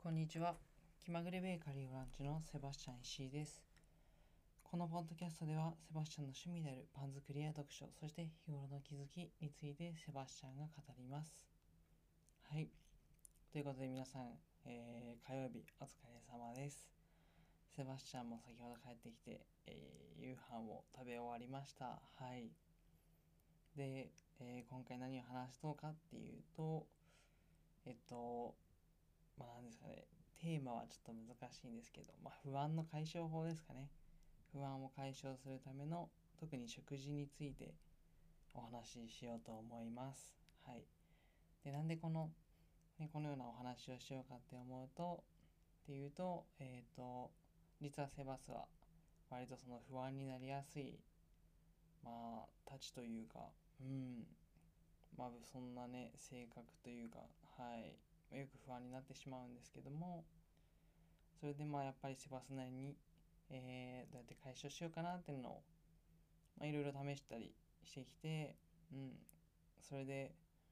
こんにちは。気まぐれベーカリーランチのセバスチャン石井です。このポッドキャストではセバスチャンの趣味であるパン作りや読書、そして日頃の気づきについてセバスチャンが語ります。はい。ということで皆さん、火曜日お疲れ様です。セバスチャンも先ほど帰ってきて、夕飯を食べ終わりました。はい。で、今回何を話そうかっていうと、なんですかね、テーマはちょっと難しいんですけど、不安の解消法ですかね。不安を解消するための、特に食事についてお話ししようと思います。はい。で、なんでこのようなお話をしようかって思うと、実はセバスは割とその不安になりやすい、たちというか、そんなね、性格というか、はい。よく不安になってしまうんですけども、それでやっぱりセバスなりに、どうやって解消しようかなっていうのを、いろいろ試したりしてきて、それで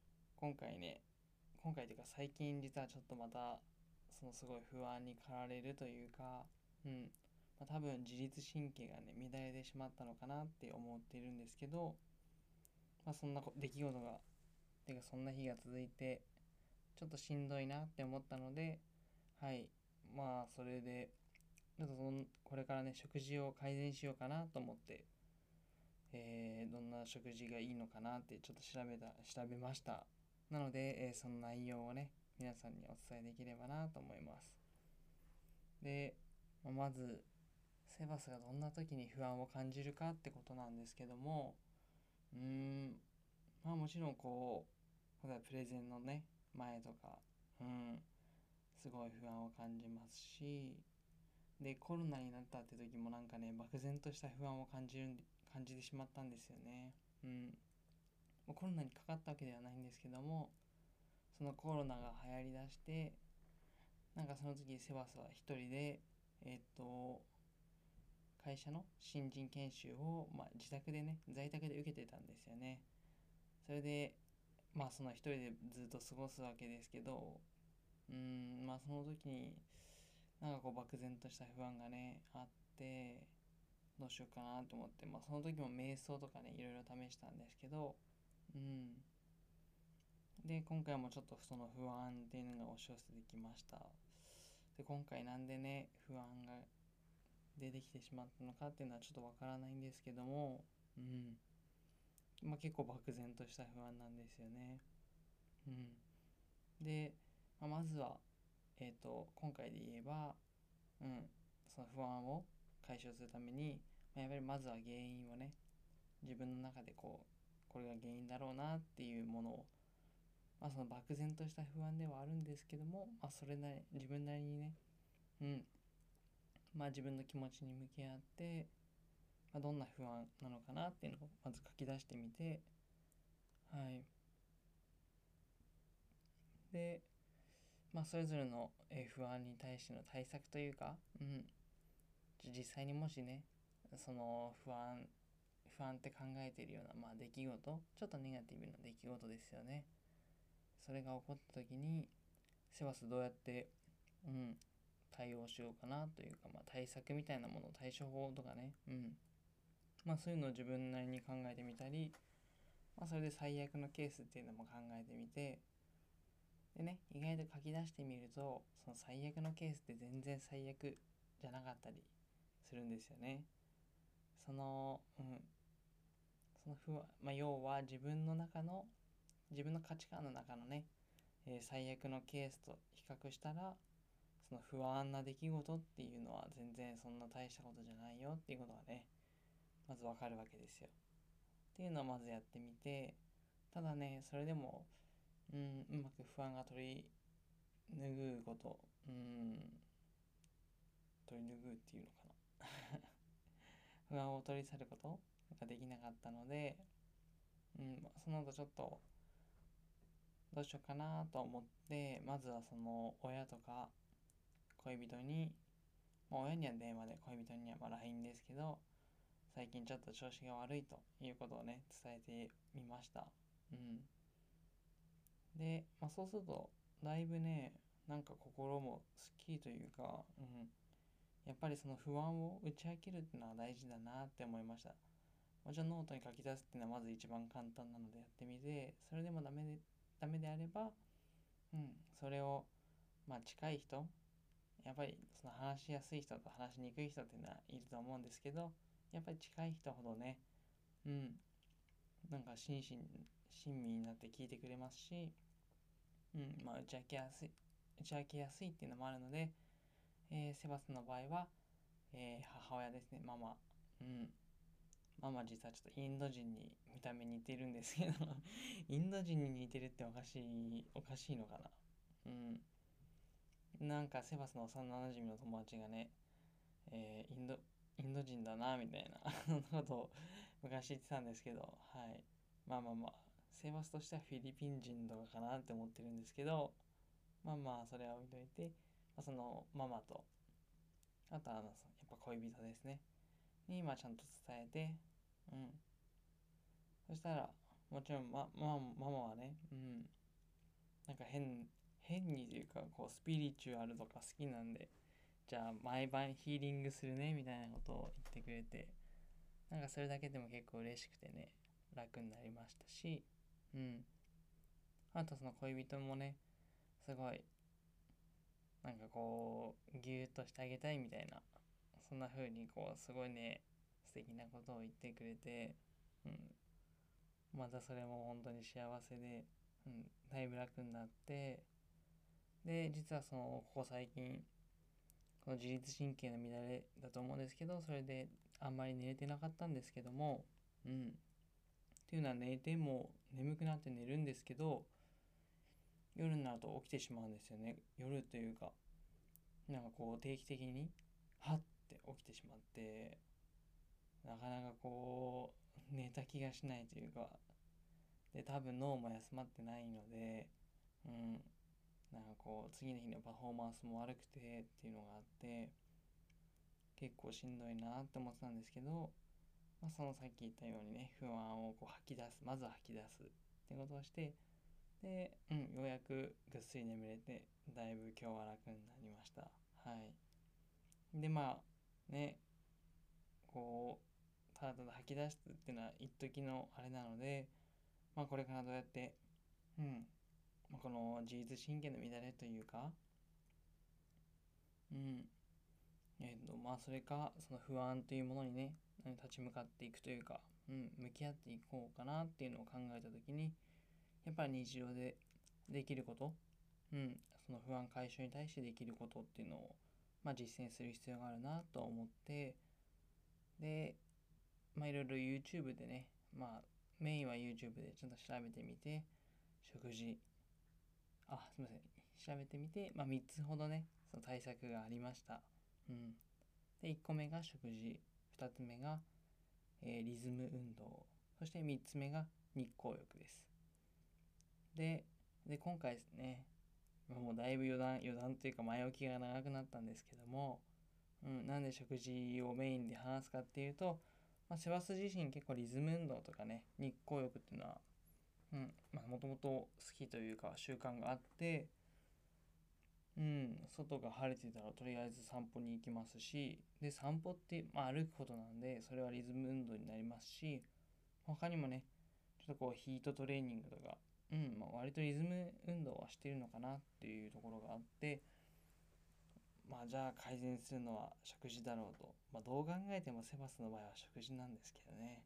今回というか最近実はちょっとまた、そのすごい不安に駆られるというか、多分自律神経がね、乱れてしまったのかなって思っているんですけど、そんな出来事が、そんな日が続いて、ちょっとしんどいなって思ったので、はい。それで、ちょっとこれからね、食事を改善しようかなと思って、どんな食事がいいのかなってちょっと調べました。なので、その内容をね、皆さんにお伝えできればなと思います。で、まず、セバスがどんな時に不安を感じるかってことなんですけども、もちろん例えばプレゼンのね、前とか、すごい不安を感じますし、で、コロナになったって時もなんかね、漠然とした不安を感じてしまったんですよね。コロナにかかったわけではないんですけども、そのコロナが流行りだして、なんかその時セバスは一人で、会社の新人研修を、自宅でね、在宅で受けてたんですよね。それで、その一人でずっと過ごすわけですけど、その時に、なんか漠然とした不安がね、あって、どうしようかなと思って、その時も瞑想とかね、いろいろ試したんですけど、うん。で、今回もちょっとその不安っていうのが押し寄せてきました。で、今回なんでね、不安が出てきてしまったのかっていうのはちょっとわからないんですけども、結構漠然とした不安なんですよね。で、まずは、今回で言えば、その不安を解消するために、やっぱりまずは原因をね、自分の中でこれが原因だろうなっていうものを、その漠然とした不安ではあるんですけども、それなり、自分なりにね、自分の気持ちに向き合って、どんな不安なのかなっていうのをまず書き出してみて、はい。で、それぞれの不安に対しての対策というか、実際にもしね、その不安って考えているような、出来事、ちょっとネガティブな出来事ですよね。それが起こった時に、セバスどうやって、対応しようかなというか、対策みたいなもの、対処法とかね、そういうのを自分なりに考えてみたり、それで最悪のケースっていうのも考えてみて、でね、意外と書き出してみると、その最悪のケースって全然最悪じゃなかったりするんですよね。その、その不安、要は自分の価値観の中のね、最悪のケースと比較したら、その不安な出来事っていうのは全然そんな大したことじゃないよっていうことがね、まずわかるわけですよ。っていうのをまずやってみて、ただね、それでも、うまく不安が取り拭うこと、取り拭うっていうのかな。不安を取り去ることができなかったので、その後ちょっとどうしようかなと思って、まずはその親とか恋人に、親には電話で恋人にはLINE ですけど、最近ちょっと調子が悪いということをね、伝えてみました。で、そうすると、だいぶね、 なんか心もすっきりというか、やっぱりその不安を打ち明けるっていうのは大事だなって思いました。もちろんノートに書き出すっていうのはまず一番簡単なのでやってみて、それでもダメであれば、それを、近い人、やっぱりその話しやすい人と話しにくい人っていうのはいると思うんですけど、やっぱり近い人ほどね、うん、なんか親身になって聞いてくれますし、打ち明けやすいっていうのもあるので、セバスの場合は、母親ですね、ママ。うん。ママ実はちょっとインド人に見た目似てるんですけどインド人に似てるっておかしいのかな。なんかセバスの幼馴染の友達がね、えーインド、インド人だな、みたいなことを昔言ってたんですけど、はい。セバスとしてはフィリピン人とかかなって思ってるんですけど、それは置いといて、そのママと、あとはやっぱ恋人ですね。に、ちゃんと伝えて、うん。そしたら、もちろん、ママはね、なんか変にというか、こう、スピリチュアルとか好きなんで、じゃあ、毎晩ヒーリングするね、みたいなことを言ってくれて、なんかそれだけでも結構嬉しくてね、楽になりましたし、うん。あとその恋人もね、すごい、なんかこう、ぎゅーっとしてあげたいみたいな、そんな風にこう、すごいね、素敵なことを言ってくれて、うん。またそれも本当に幸せで、だいぶ楽になって、で、実はその、ここ最近、この自律神経の乱れだと思うんですけど、それであんまり寝れてなかったんですけども、っていうのは寝ても眠くなって寝るんですけど、夜になると起きてしまうんですよね。夜というか、なんかこう定期的に、はって起きてしまって、なかなかこう、寝た気がしないというか、で、多分脳も休まってないので、うん、なんかこう、次の日のパフォーマンスも悪くてっていうのがあって、結構しんどいなって思ってたんですけど、そのさっき言ったようにね、不安をこうまずは吐き出すってことをして、で、ようやくぐっすり眠れて、だいぶ今日は楽になりました。はい。で、ね、こう、ただただ吐き出すっていうのは一時のあれなので、これからどうやって、うん、この自律神経の乱れというか、うん、それか、その不安というものにね、立ち向かっていくというか、向き合っていこうかなっていうのを考えたときに、やっぱり日常でできること、その不安解消に対してできることっていうのを、実践する必要があるなと思って、で、いろいろ YouTube でね、メインは YouTube でちょっと調べてみて、食事、すみません、調べてみて、3つほどね、その対策がありました。で、1個目が食事、2つ目が、リズム運動、そして3つ目が日光浴です。で、今回ですね、もうだいぶ余談というか前置きが長くなったんですけども、なんで食事をメインで話すかっていうと、セバス自身結構リズム運動とかね、日光浴っていうのは、もともと好きというか習慣があって、外が晴れてたらとりあえず散歩に行きますし、で、散歩って、歩くことなんで、それはリズム運動になりますし、他にもね、ちょっとこうヒートトレーニングとか、割とリズム運動はしてるのかなっていうところがあって、じゃあ改善するのは食事だろうと。どう考えてもセバスの場合は食事なんですけどね。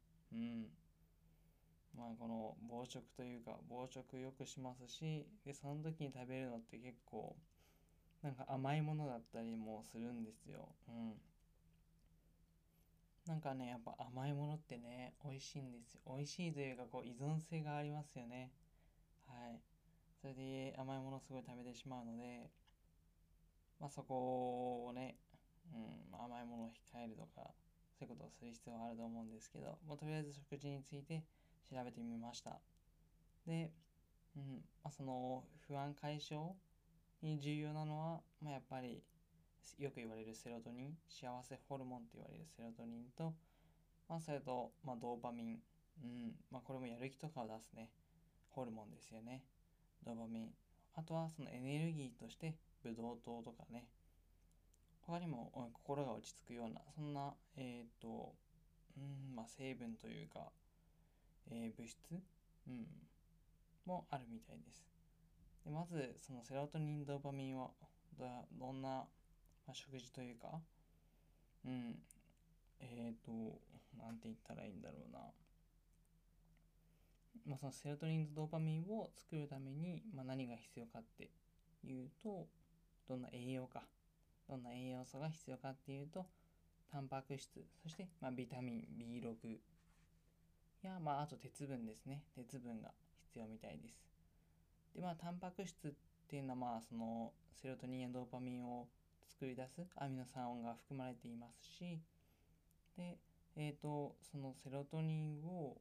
この暴食というか、暴食よくしますし、で、その時に食べるのって結構、なんか甘いものだったりもするんですよ。なんかね、やっぱ甘いものってね、美味しいんですよ。美味しいというか、こう依存性がありますよね。はい。それで甘いものすごい食べてしまうので、そこをね、甘いものを控えるとか、そういうことをする必要はあると思うんですけど、とりあえず食事について調べてみました。で、その不安解消に重要なのは、やっぱりよく言われるセロトニン、幸せホルモンって言われるセロトニンと、それと、ドーパミン、これもやる気とかを出すね、ホルモンですよね。ドーパミン。あとはそのエネルギーとしてブドウ糖とかね、他にも心が落ち着くような、そんな、成分というか、物質、うん、もあるみたいです。でまず、そのセロトニン、ドーパミンはどんな、食事というか、うん、なんて言ったらいいんだろうな。そのセロトニンとドーパミンを作るために、何が必要かっていうと、どんな栄養素が必要かっていうと、タンパク質、そして、ビタミン B6 や、あと鉄分ですね。鉄分が必要みたいです。で、タンパク質っていうのは、そのセロトニンやドーパミンを作り出すアミノ酸が含まれていますし、で、そのセロトニンを、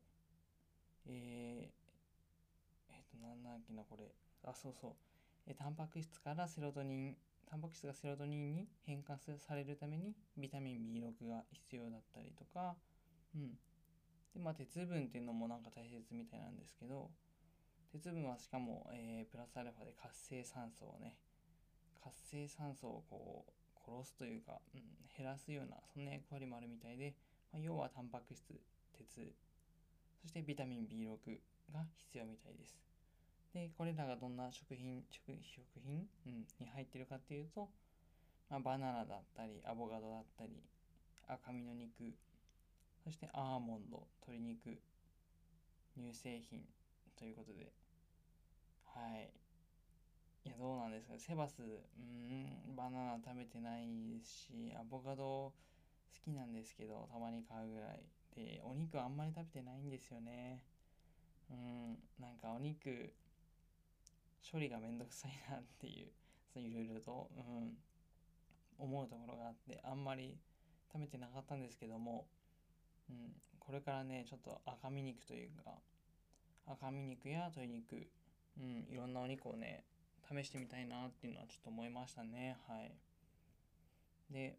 なんだっけな、これ。そうそう。タンパク質からセロトニン、タンパク質がセロトニンに変換されるためにビタミン B6 が必要だったりとか、うん。で、鉄分っていうのもなんか大切みたいなんですけど、鉄分はしかも、プラスアルファで活性酸素をね、活性酸素をこう殺すというか、減らすようなそんな役割もあるみたいで、要はタンパク質、鉄、そしてビタミン B6 が必要みたいです。で、これらがどんな食品、に入ってるかっていうと、バナナだったり、アボカドだったり、赤身の肉、そしてアーモンド、鶏肉、乳製品ということで、はい。いや、どうなんですかね。セバス、バナナ食べてないですし、アボカド好きなんですけど、たまに買うぐらい。で、お肉あんまり食べてないんですよね。なんかお肉、処理がめんどくさいなっていう、いろいろと、思うところがあって、あんまり食べてなかったんですけども、これからね、ちょっと赤身肉というか、赤身肉や鶏肉、いろんなお肉をね、試してみたいなっていうのはちょっと思いましたね。はい。で、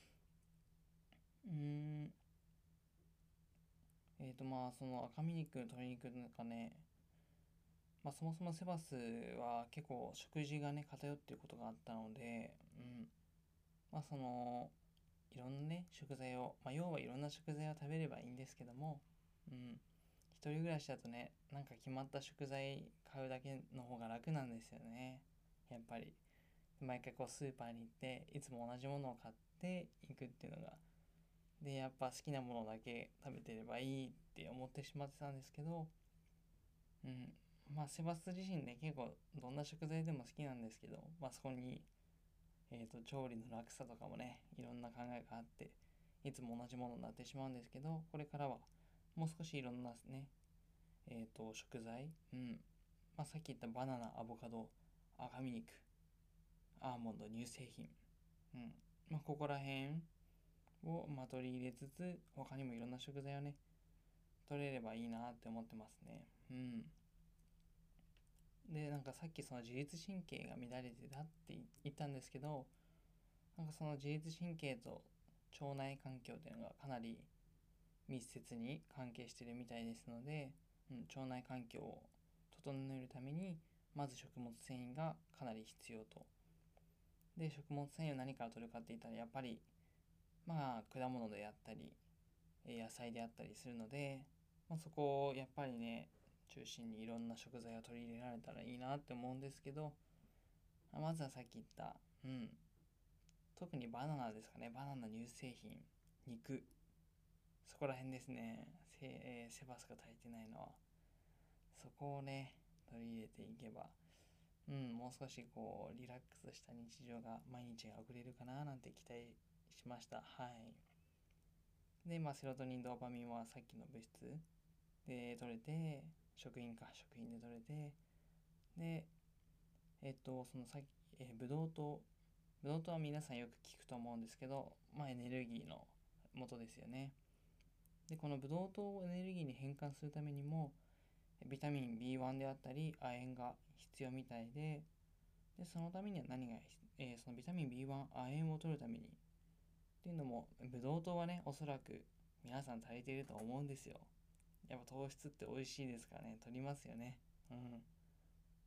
その赤身肉、鶏肉なんかね、そもそもセバスは結構食事がね、偏っていることがあったので、その、いろんなね、食材を、要はいろんな食材を食べればいいんですけども、一人暮らしだとね、なんか決まった食材買うだけの方が楽なんですよね。やっぱり。毎回こうスーパーに行って、いつも同じものを買っていくっていうのが、で、やっぱ好きなものだけ食べてればいいって思ってしまってたんですけど、セバス自身ね、結構どんな食材でも好きなんですけど、そこに、調理の楽さとかもね、いろんな考えがあって、いつも同じものになってしまうんですけど、これからはもう少しいろんなね、食材、さっき言ったバナナ、アボカド、赤身肉、アーモンド、乳製品、ここら辺を、取り入れつつ、他にもいろんな食材をね、取れればいいなって思ってますね。で、なんかさっきその自律神経が乱れてたって言ったんですけど、なんかその自律神経と腸内環境っていうのがかなり密接に関係してるみたいですので、腸内環境を整えるために、まず食物繊維がかなり必要と。で、食物繊維を何から取るかって言ったら、やっぱり、果物であったり、野菜であったりするので、そこをやっぱりね、中心にいろんな食材を取り入れられたらいいなって思うんですけど、まずはさっき言った、特にバナナですかね。バナナ、乳製品、肉、そこら辺ですね。セバスが足りてないのは。そこをね、取り入れていけば、もう少しこう、リラックスした日常が、毎日が送れるかななんて期待しました。はい。で、セロトニン、ドーパミンはさっきの物質で取れて、食品で取れて、で、そのさっき、ブドウ糖は皆さんよく聞くと思うんですけど、エネルギーの元ですよね。で、このブドウ糖をエネルギーに変換するためにも、ビタミン B1 であったり、亜鉛が必要みたいで、そのためにはそのビタミン B1、亜鉛を取るために、っていうのも、ブドウ糖はね、おそらく皆さん足りていると思うんですよ。やっぱ糖質って美味しいですからね、取りますよね。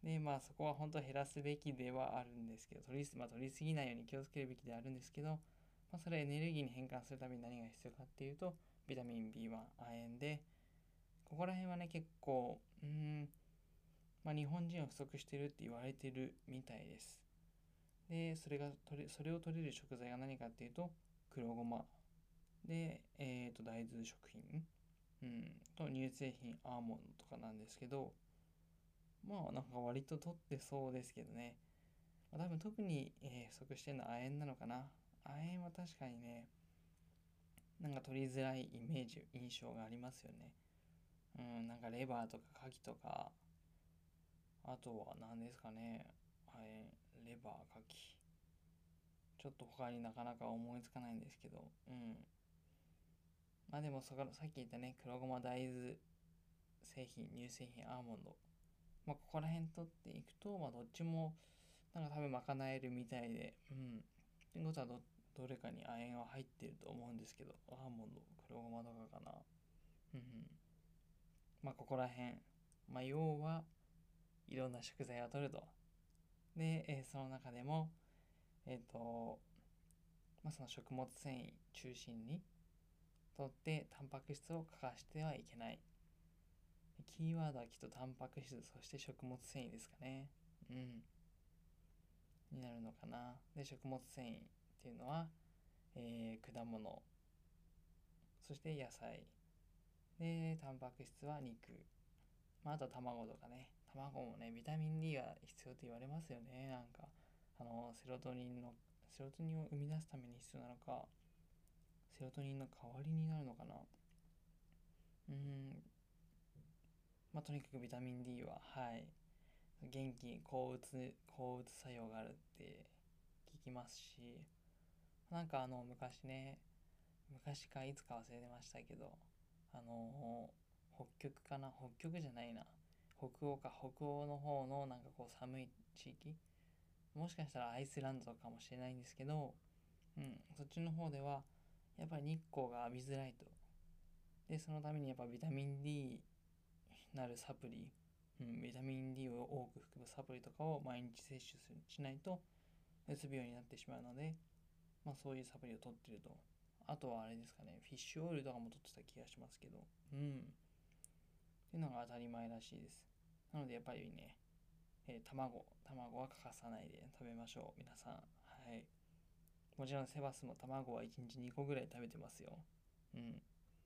で、まあそこは本当は減らすべきではあるんですけど、取りすぎないように気をつけるべきではあるんですけど、まあ、それをエネルギーに変換するために何が必要かっていうと、ビタミン B1、亜鉛で、ここら辺はね、結構、まあ、日本人は不足してるって言われてるみたいです。で、それを取れる食材が何かっていうと、黒ごまで、大豆食品、と乳製品、アーモンドとかなんですけど、まあなんか割と取ってそうですけどね。まあ、多分特に、不足してるのは亜鉛なのかな。亜鉛は確かにね、なんか取りづらいイメージ、印象がありますよね。なんかレバーとか牡蠣とか、あとは何ですかね、亜鉛、レバー、牡蠣。ちょっと他になかなか思いつかないんですけど、まあでもさっき言ったね、黒ごま大豆製品、乳製品、アーモンド。まあここら辺取っていくと、まあどっちもなんか多分賄えるみたいで、ってことはどれかに亜鉛は入ってると思うんですけど、アーモンド、黒ごまとかかな。うんうん。まあここら辺。まあ要はいろんな食材を取ると。で、その中でも、まあその食物繊維中心にとってタンパク質を欠かしてはいけない。キーワードはきっとタンパク質、そして食物繊維ですかね。になるのかな。で、食物繊維っていうのは、果物、そして野菜。で、タンパク質は肉。まあ、あと卵とかね。卵もね、ビタミン D が必要と言われますよね。なんか、セロトニンを生み出すために必要なのか、セロトニンの代わりになるのかな。まあ、とにかくビタミン D は、はい、元気、抗うつ作用があるって聞きますし、なんか昔かいつか忘れてましたけど、北極かな、北極じゃないな、北欧の方のなんかこう寒い地域、もしかしたらアイスランドとかもしれないんですけど、そっちの方ではやっぱり日光が浴びづらいと。で、そのためにやっぱビタミン D なるサプリ、ビタミン D を多く含むサプリとかを毎日摂取しないとうつ病になってしまうので、まあそういうサプリを取ってると。あとはあれですかね、フィッシュオイルとかも取ってた気がしますけど、っていうのが当たり前らしいです。なのでやっぱりね、卵は欠かさないで食べましょう、皆さん。はい。もちろんセバスも卵は1日2個ぐらい食べてますよ。うん。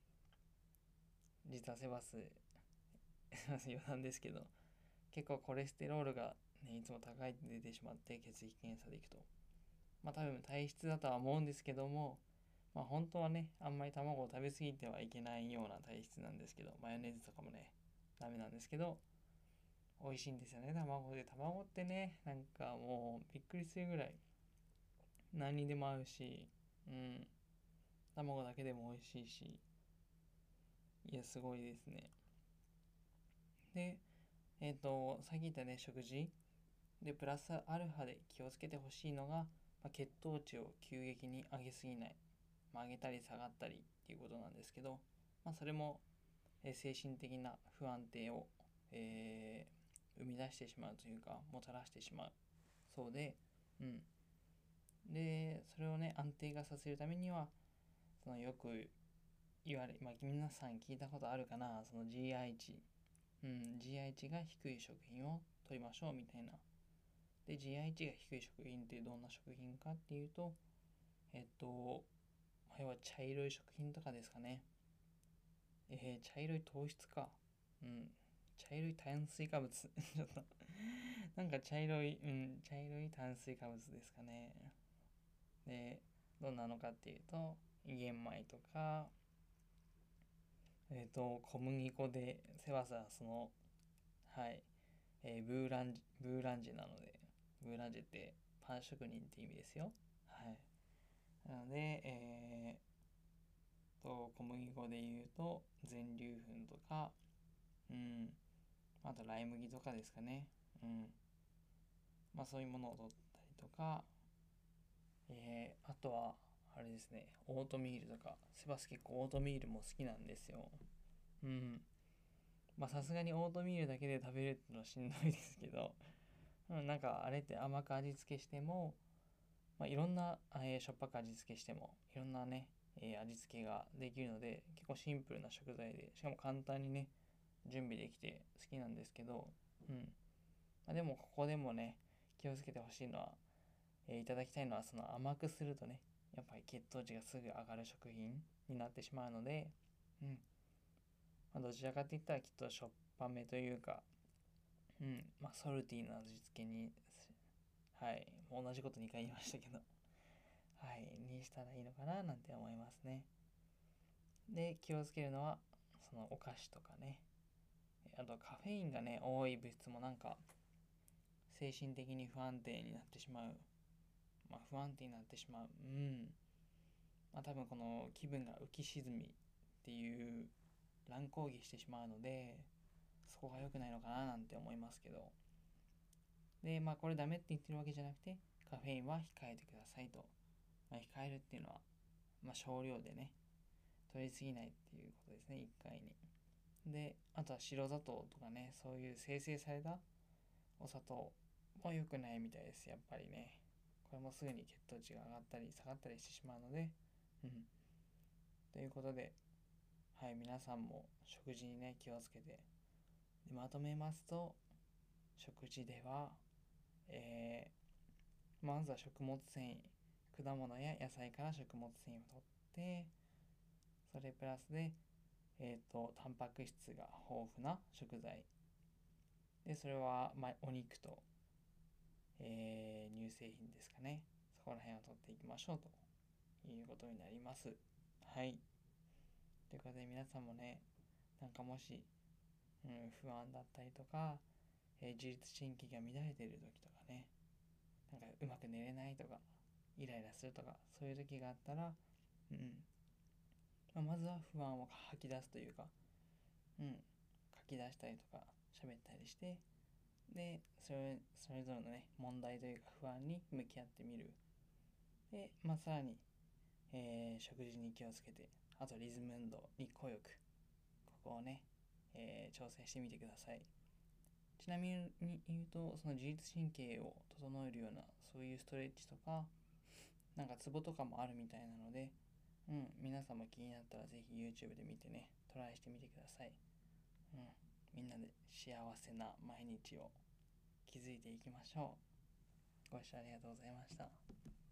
実はセバス、余談ですけど、結構コレステロールが、ね、いつも高いって出てしまって血液検査でいくと。まあ多分体質だとは思うんですけども、まあ本当はね、あんまり卵を食べ過ぎてはいけないような体質なんですけど、マヨネーズとかもね、ダメなんですけど、美味しいんですよね、卵で。卵ってね、なんかもうびっくりするぐらい何にでも合うし、うん、卵だけでも美味しいし、いや、すごいですね。で、さっき言ったね、食事で、プラスアルファで気をつけてほしいのが、血糖値を急激に上げすぎない。上げたり下がったりっていうことなんですけど、それも、精神的な不安定を、生み出してしまうというか、もたらしてしまうそうで、うん。で、それをね、安定化させるためには、そのよく皆さん聞いたことあるかな、その GI 値。GI 値が低い食品を取りましょうみたいな。で、GI 値が低い食品ってどんな食品かっていうと、要は茶色い食品とかですかね。茶色い糖質か。茶色い炭水化物。ちょっとなんか茶色い炭水化物ですかね。で、どんなのかっていうと、玄米とか、小麦粉で、セバスははい、ブーランジェなので、ブーランジェってパン職人って意味ですよ。はい。なので、小麦粉で言うと、全粒粉とか、うん、あとライ麦とかですかね。そういうものを取ったりとか、あとは、あれですね、オートミールとか、セバス結構オートミールも好きなんですよ。 まあさすがにオートミールだけで食べるってのはしんどいですけど、なんかあれって甘く味付けしても、まあ、いろんな、しょっぱく味付けしてもいろんなね、味付けができるので結構シンプルな食材で、しかも簡単にね準備できて好きなんですけど、まあ、でもここでもね気をつけてほしいのは、いただきたいのはその甘くするとねやっぱり血糖値がすぐ上がる食品になってしまうので、まあ、どちらかといったらきっとしょっぱめというか、まあ、ソルティーな味付けに、はい、もう同じこと2回言いましたけど、はい、にしたらいいのかななんて思いますね。で、気をつけるのは、そのお菓子とかね、あとカフェインがね、多い物質もなんか、精神的に不安定になってしまう。まあ、不安定になってしまう。まあ、多分この気分が浮き沈みっていう乱高下してしまうので、そこが良くないのかななんて思いますけど。で、まあこれダメって言ってるわけじゃなくて、カフェインは控えてくださいと。まあ、控えるっていうのは、まあ少量でね、取りすぎないっていうことですね、1回に。で、あとは白砂糖とかね、そういう精製されたお砂糖も良くないみたいです、やっぱりね。これもすぐに血糖値が上がったり下がったりしてしまうので、ということで、はい、皆さんも食事にね、気をつけて。で、まとめますと、食事では、まずは食物繊維、果物や野菜から食物繊維をとって、それプラスで、タンパク質が豊富な食材。で、それは、まあ、お肉と、乳製品ですかね。そこら辺を取っていきましょうということになります。はい。ということで皆さんもね、なんかもし、不安だったりとか、自律神経が乱れている時とかね、なんかうまく寝れないとか、イライラするとか、そういう時があったら、まずは不安を吐き出すというか、書き出したりとか、喋ったりして、で、それぞれのね、問題というか不安に向き合ってみる。で、まあ、さらに、食事に気をつけて、あとリズム運動、日光浴、ここをね、調整してみてください。ちなみに言うと、その自律神経を整えるような、そういうストレッチとか、なんかツボとかもあるみたいなので、皆さんも気になったらぜひ YouTube で見てね、トライしてみてください。みんなで幸せな毎日を築いていきましょう。ご視聴ありがとうございました。